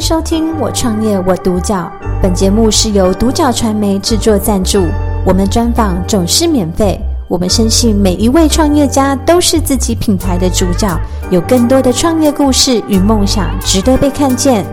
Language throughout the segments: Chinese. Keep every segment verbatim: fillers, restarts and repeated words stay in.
收听我创业我独角，本节目是由独角传媒制作赞助，我们专访总是免费。我们深信每一位创业家都是自己品牌的主角，有更多的创业故事与梦想值得被看见。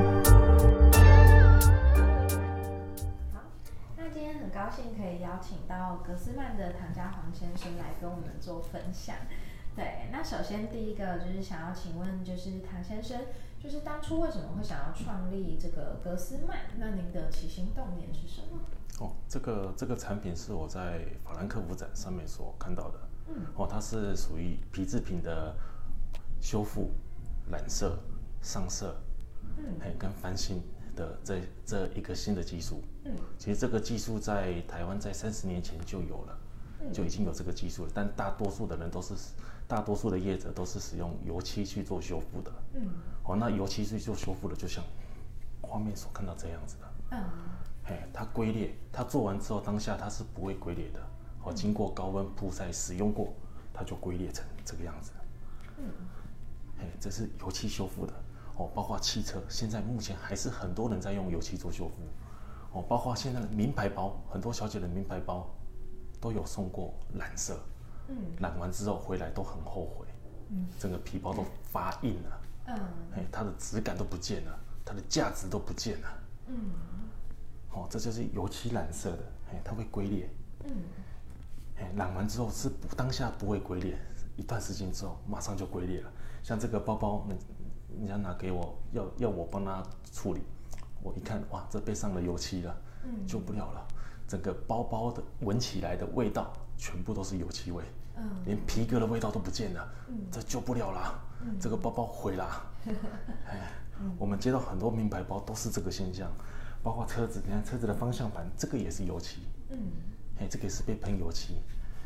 好，那今天很高兴可以邀请到格斯曼的唐家煌先生来跟我们做分享。对，那首先第一个就是想要请问，就是唐先生，就是当初为什么会想要创立这个格斯曼？那您的起心动念是什么？ 哦，这个这个产品是我在法兰克福展上面所看到的。嗯，哦，它是属于皮制品的修复、染色、上色，嗯，哎，跟翻新的这这一个新的技术。嗯，其实这个技术在台湾在三十年前就有了，嗯、就已经有这个技术了，但大多数的人都是大多数的业者都是使用油漆去做修复的。嗯，哦，那油漆去做修复的，就像画面所看到这样子的。嗯。哎，它龟裂，它做完之后当下它是不会龟裂的，哦，经过高温曝晒使用过，它就龟裂成这个样子。嗯，哎，这是油漆修复的，哦，包括汽车，现在目前还是很多人在用油漆做修复，哦，包括现在的名牌包，很多小姐的名牌包都有送过染色，嗯，染完之后回来都很后悔，嗯，整个皮包都发硬了，嗯，哎，它的质感都不见了，它的价值都不见了，嗯。哦，这就是油漆染色的，哎，它会龟裂。嗯，哎，染完之后是不当下不会龟裂，一段时间之后马上就龟裂了。像这个包包，人人家拿给我，要要我帮他处理，我一看，哇，这被上了油漆了，嗯，救不了了。整个包包的闻起来的味道，全部都是油漆味，嗯，连皮革的味道都不见了，嗯，这救不了了，嗯，这个包包毁了。哎，我们接到很多名牌包都是这个现象。包括车子，你看车子的方向盘，这个也是油漆，嗯，哎，这个也是被喷油漆。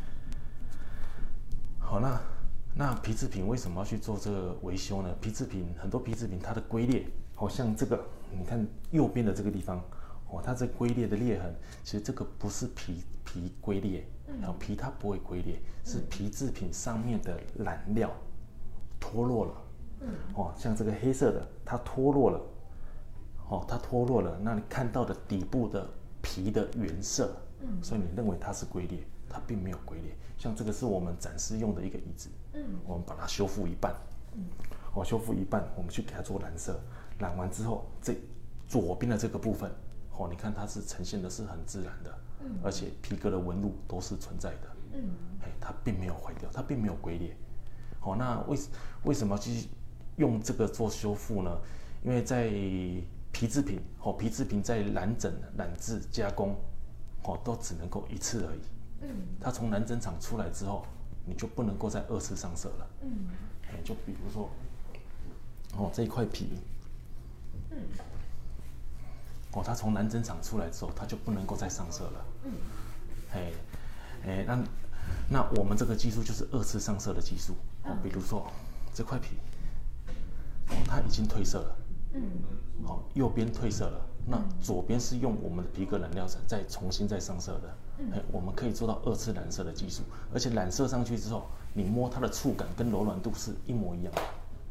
好，那那皮制品为什么要去做这个维修呢？皮制品很多皮制品它的龟裂，好、哦、像这个，你看右边的这个地方，哦，它这龟裂的裂痕，其实这个不是皮皮龟裂，然后皮它不会龟裂，是皮制品上面的染料脱落了，嗯，哦，像这个黑色的，它脱落了。哦，它脱落了，那你看到的底部的皮的原色，嗯，所以你认为它是龟裂，它并没有龟裂。像这个是我们展示用的一个椅子，嗯，我们把它修复一半，嗯，哦，修复一半，我们去给它做染色，染完之后，这左边的这个部分，哦，你看它是呈现的是很自然的，嗯，而且皮革的纹路都是存在的，嗯，哎，它并没有坏掉，它并没有龟裂。哦，那为为什么去用这个做修复呢？因为在皮制品，哦，皮制品在染整、染制、加工，哦，都只能够一次而已。嗯，它从染整厂出来之后，你就不能够再二次上色了。嗯，哎，就比如说，哦，这一块皮，嗯，哦，它从染整厂出来之后，它就不能够再上色了。嗯，哎，哎，那那我们这个技术就是二次上色的技术。哦，比如说这块皮，哦，它已经褪色了。嗯，好，右边褪色了，那左边是用我们的皮革染料再重新再上色的，嗯，我们可以做到二次染色的技术，而且染色上去之后，你摸它的触感跟柔软度是一模一样的。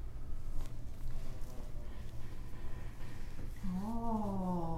哦，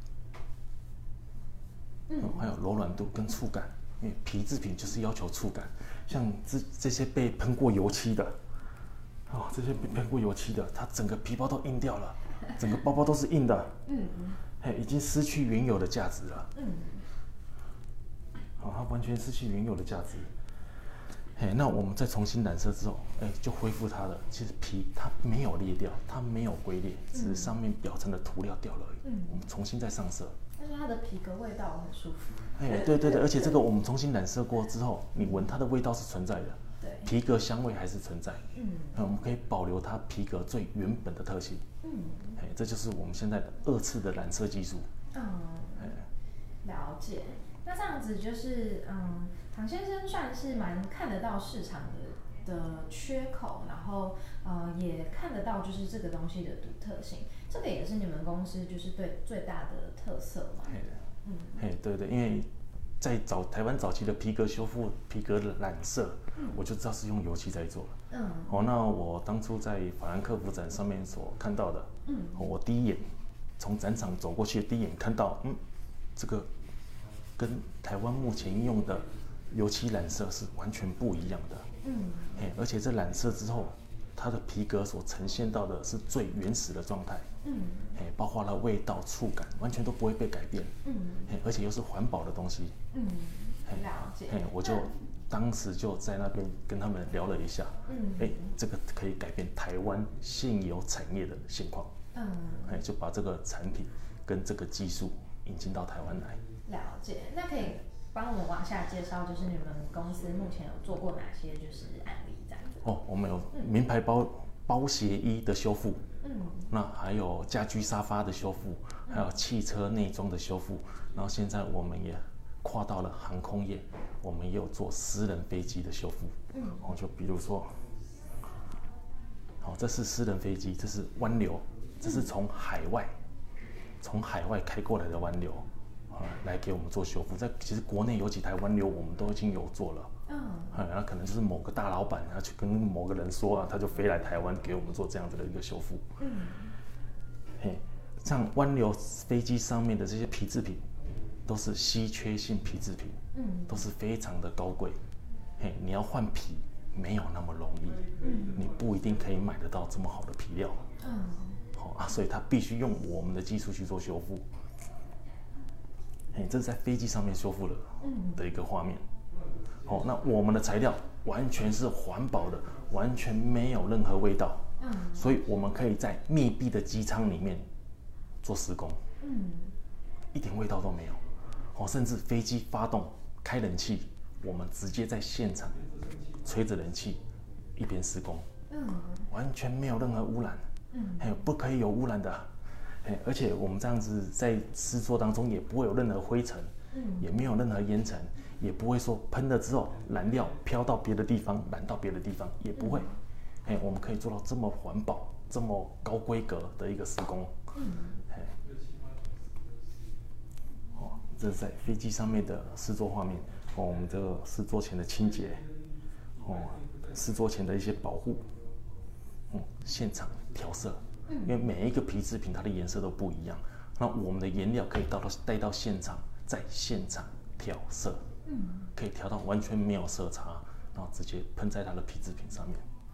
嗯，还有柔软度跟触感，因为皮制品就是要求触感，像这这些被喷过油漆的。哦，这些被喷过油漆的，它整个皮包都硬掉了，整个包包都是硬的，嗯，哎，已经失去原有的价值了，嗯，好、哦，它完全失去原有的价值，哎，那我们再重新染色之后，哎，就恢复它了。其实皮它没有裂掉，它没有龟裂，只是上面表层的涂料掉了而已，嗯，我们重新再上色， 但是它的皮革味道很舒服， 哎，对对对，而且这个我们重新染色过之后，你闻它的味道是存在的。 对， 皮革香味还是存在，嗯，我们可以保留它皮革最原本的特性，嗯，哎，这就是我们现在的二次的染色技术， 嗯，了解。那这样子就是，嗯，唐先生算是蛮看得到市场的的缺口，然后呃也看得到就是这个东西的独特性，这个也是你们公司就是对最大的特色嘛， 嗯，哎，对对，因为。在早台湾早期的皮革修复、皮革的染色，嗯、我就知道是用油漆在做了。嗯，哦，那我当初在法兰克福展上面所看到的，嗯，我第一眼从展场走过去，第一眼看到，嗯，这个跟台湾目前用的油漆染色是完全不一样的。嗯，哎，而且这染色之后，它的皮革所呈现到的是最原始的状态。嗯，哎，包括了味道、触感，完全都不会被改变。嗯，哎，而且又是环保的东西。 嗯，了解。 哎，我就当时就在那边跟他们聊了一下。嗯，哎，这个可以改变台湾现有产业的现况。嗯，哎，就把这个产品跟这个技术引进到台湾来。 了解，那可以帮我们往下介绍，就是你们公司目前有做过哪些就是案例这样子？ 哦，我们有名牌包、包鞋衣的修复，嗯，那还有家居沙发的修复，还有汽车内装的修复，然后现在我们也跨到了航空业，我们也有做私人飞机的修复，嗯，哦，就比如说，好，这是私人飞机，这是湾流，这是从海外，从海外开过来的湾流。来给我们做修复，在其实国内有几台湾流我们都已经有做了，嗯，那可能就是某个大老板他去跟某个人说啊，他就飞来台湾给我们做这样子的一个修复，嗯，嘿，像湾流飞机上面的这些皮制品，都是稀缺性皮制品，嗯，都是非常的高贵，嘿，你要换皮没有那么容易，嗯，你不一定可以买得到这么好的皮料，嗯，好啊，所以他必须用我们的技术去做修复。这是在飞机上面修复了的一个画面。好，那我们的材料完全是环保的，完全没有任何味道。嗯，所以我们可以在密闭的机舱里面做施工。嗯，一点味道都没有。哦，甚至飞机发动开冷气，我们直接在现场吹着冷气，一边施工。嗯，完全没有任何污染。嗯，还有不可以有污染的。而且我们这样子在施作当中也不会有任何灰尘，嗯，也没有任何烟尘，也不会说喷了之后燃料飘到别的地方，燃到别的地方也不会。哎、嗯，我们可以做到这么环保、这么高规格的一个施工。嗯，哎，哦，这是在飞机上面的施作画面。哦，我们这个施作前的清洁，哦，施作前的一些保护，嗯，现场调色。因为每一个皮制品它的颜色都不一样，那我们的颜料可以到到带到现场，在现场调色，嗯，可以调到完全没有色差，然后直接喷在它的皮制品上面，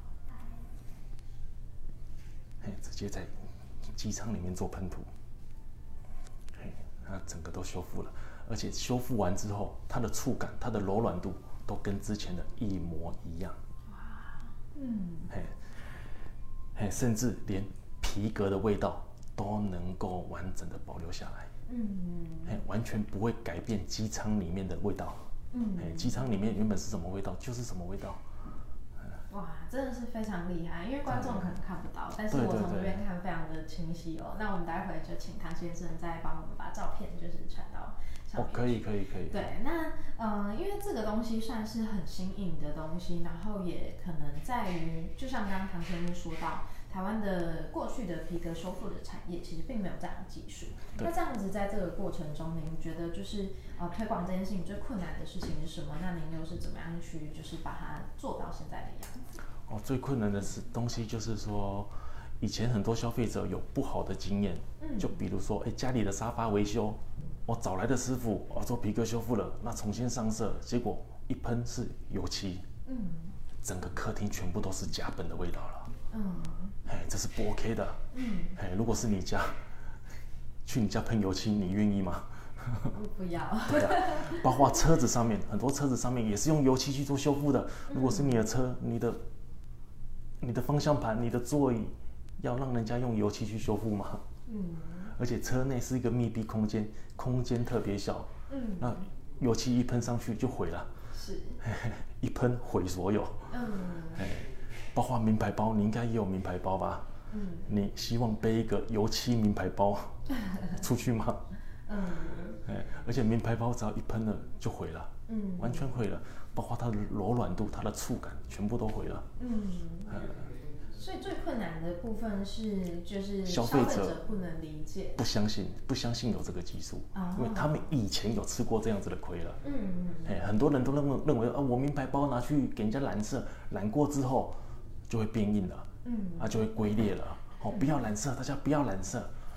嘿，直接在机舱里面做喷涂，嘿，它整个都修复了，而且修复完之后，它的触感、它的柔软度都跟之前的一模一样，哇，嗯，嘿，嘿，甚至连皮革的味道都能够完整的保留下来，嗯，哎，完全不会改变机舱里面的味道，嗯，哎，机舱里面原本是什么味道就是什么味道， 哇，真的是非常厉害，因为观众可能看不到，但是我从这边看非常的清晰哦。那我们待会就请唐先生再帮我们把照片就是传到上面。 哦，可以，可以，可以。 对，那呃，因为这个东西算是很新颖的东西，然后也可能在于，就像刚刚唐先生说到。台湾的过去的皮革修复的产业其实并没有这样的技术。那这样子在这个过程中，您觉得就是呃推广这件事情最困难的事情是什么？那您又是怎么样去就是把它做到现在的样子？ 哦，最困难的是东西就是说，以前很多消费者有不好的经验，嗯，就比如说，哎，家里的沙发维修，我找来的师傅，我做皮革修复了，那重新上色，结果一喷是油漆，嗯，整个客厅全部都是甲苯的味道了。嗯，哎，这是不 OK 的。嗯，哎，如果是你家去你家喷油漆，你愿意吗？ 不要。 对啊，包括车子上面，很多车子上面也是用油漆去做修复的。如果是你的车，你的你的方向盘、你的座椅，要让人家用油漆去修复吗？嗯。而且车内是一个密闭空间，空间特别小。嗯。那油漆一喷上去就毁了。是。一喷毁所有。嗯。哎。包括名牌包，你应该也有名牌包吧？嗯，你希望背一个油漆名牌包出去吗？嗯，哎，而且名牌包只要一喷了就毁了，嗯，完全毁了，包括它的柔软度、它的触感，全部都毁了。嗯， 嗯，所以最困难的部分是，就是消费者不能理解， 不相信，不相信有这个技术，哦，因为他们以前有吃过这样子的亏了。嗯嗯，哎，很多人都认为认为啊，我名牌包拿去给人家染色，染过之后就会变硬了，嗯，啊就会龟裂了。哦，不要染色，大家不要染色。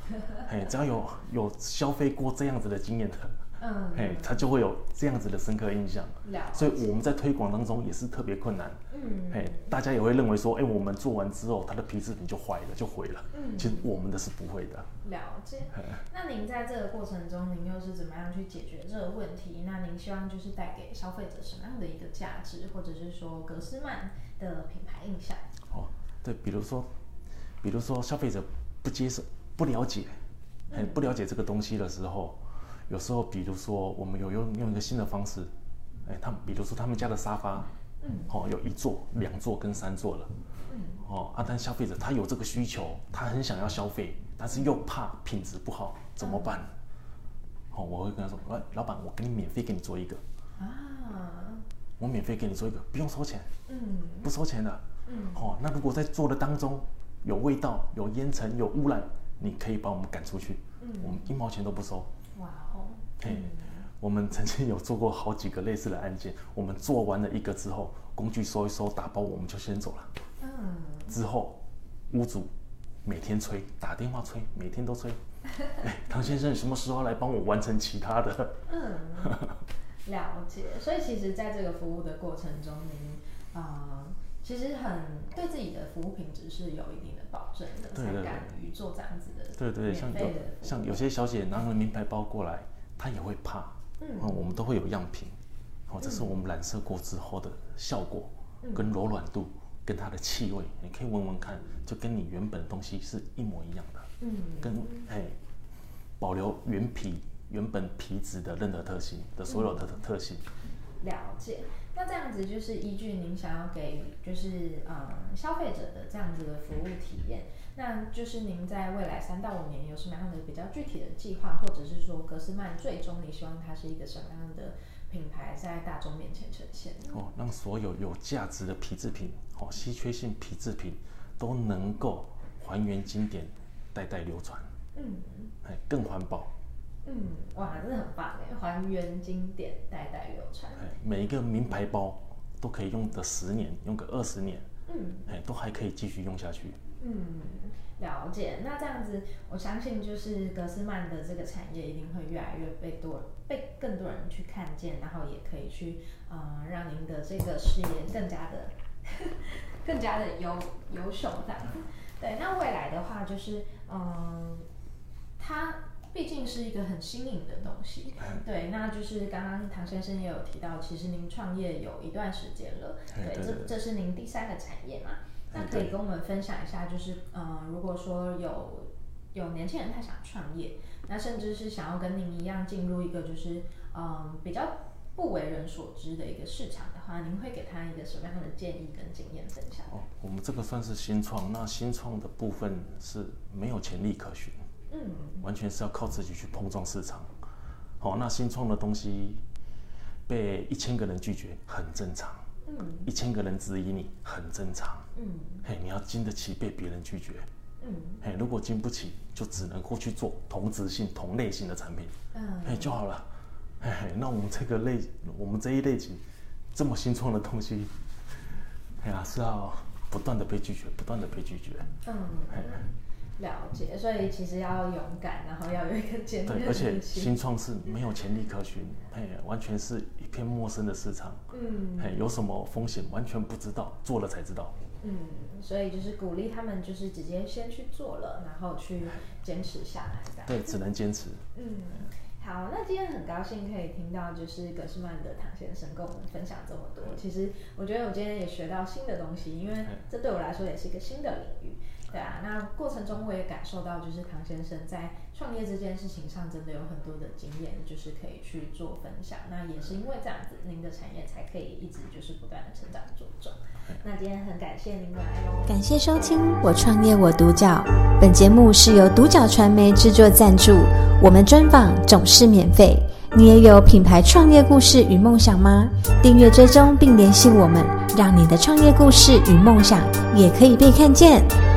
嘿，只要有有消费过这样子的经验的，嗯，嘿，他就会有这样子的深刻印象。所以我们在推广当中也是特别困难。嗯，嘿，大家也会认为说，哎、欸，我们做完之后，它的皮制品就坏了，就毁了。嗯，其实我们的是不会的。 了解。那您在这个过程中，您又是怎么样去解决这个问题？那您希望就是带给消费者什么样的一个价值，或者是说格斯曼的品牌印象？哦， 对，比如说，比如说消费者不接受、不了解。嗯、不了解这个东西的时候，有时候比如说我们有用用一个新的方式，哎，他们比如说他们家的沙发，嗯，哦，有一座、两座跟三座了，嗯，哦，啊，但消费者他有这个需求，他很想要消费，但是又怕品质不好，怎么办？哦，我会跟他说，哎，老板，我给你免费给你做一个，啊，我免费给你做一个，不用收钱，嗯，不收钱的，嗯，哦，那如果在做的当中有味道、有烟尘、有污染。你可以把我们赶出去，嗯、我们一毛钱都不收。哇哦！嘿，嗯、我们曾经有做过好几个类似的案件，我们做完了一个之后，工具收一收，打包我们就先走了。嗯。之后，屋主每天催，打电话催，每天都催。哎，唐先生，什么时候来帮我完成其他的？嗯， 了解。所以其实，在这个服务的过程中，您啊。呃其实很对自己的服务品质是有一定的保证的，对对对，才敢于做这样子的对对，像有像有些小姐拿了名牌包过来，她也会怕，嗯，嗯我们都会有样品，哦，这是我们染色过之后的效果，嗯、跟柔软度，跟它的气味，你可以闻闻看，就跟你原本的东西是一模一样的，嗯，跟哎保留原皮原本皮质的任何特性的所有的特性。 了解，那这样子就是依据您想要给就是嗯消费者的这样子的服务体验，那就是您在未来三到五年有什么样的比较具体的计划，或者是说格斯曼最终你希望它是一个什么样的品牌在大众面前呈现？ 哦，让所有有价值的皮制品，哦，稀缺性皮制品都能够还原经典，代代流传，嗯，哎，更环保。 嗯，哇，真的很棒哎！还原经典，代代流传。 每一个名牌包都可以用个十年，用个二十年，嗯，哎，都还可以继续用下去。 嗯，了解。那这样子，我相信就是格斯曼的这个产业一定会越来越被多被更多人去看见，然后也可以去呃让您的这个事业更加的更加的优优秀这样子。对，那未来的话就是嗯，它。毕竟是一个很新颖的东西，对，那就是刚刚唐先生也有提到，其实您创业有一段时间了，对，对这这是您第三个产业嘛？那可以跟我们分享一下，就是呃，如果说有有年轻人他想创业，那甚至是想要跟您一样进入一个就是嗯、呃、比较不为人所知的一个市场的话，您会给他一个什么样的建议跟经验分享？ 哦，我们这个算是新创，那新创的部分是没有潜力可循。嗯，完全是要靠自己去碰撞市场。好、哦，那新创的东西被一千个人拒绝很正常。嗯，一千个人质疑你很正常。嗯，嘿，你要经得起被别人拒绝。嗯，嘿，如果经不起，就只能过去做同质性、同类型的产品。嗯，嘿就好了。嘿嘿，那我们这个类，我们这一类型这么新创的东西，哎呀，是要不断的被拒绝，不断的被拒绝。嗯。嘿了解，所以其实要勇敢，然后要有一个坚韧的心。对， 而且新创是没有潜力可循，嘿，完全是一片陌生的市场，嗯，嘿，有什么风险完全不知道，做了才知道。 嗯，所以就是鼓励他们，就是直接先去做了，然后去坚持下来，这样。 对，只能坚持。 嗯，好，那今天很高兴可以听到就是格斯曼的唐先生跟我们分享这么多。其实我觉得我今天也学到新的东西，因为这对我来说也是一个新的领域。对啊，那过程中我也感受到，就是唐先生在创业这件事情上真的有很多的经验，就是可以去做分享。那也是因为这样子，您的产业才可以一直就是不断的成长茁壮。那今天很感谢您来哦， 感谢收听《我创业我独角》。本节目是由独角传媒制作赞助，我们专访总是免费。你也有品牌创业故事与梦想吗？订阅追踪并联系我们，让你的创业故事与梦想也可以被看见。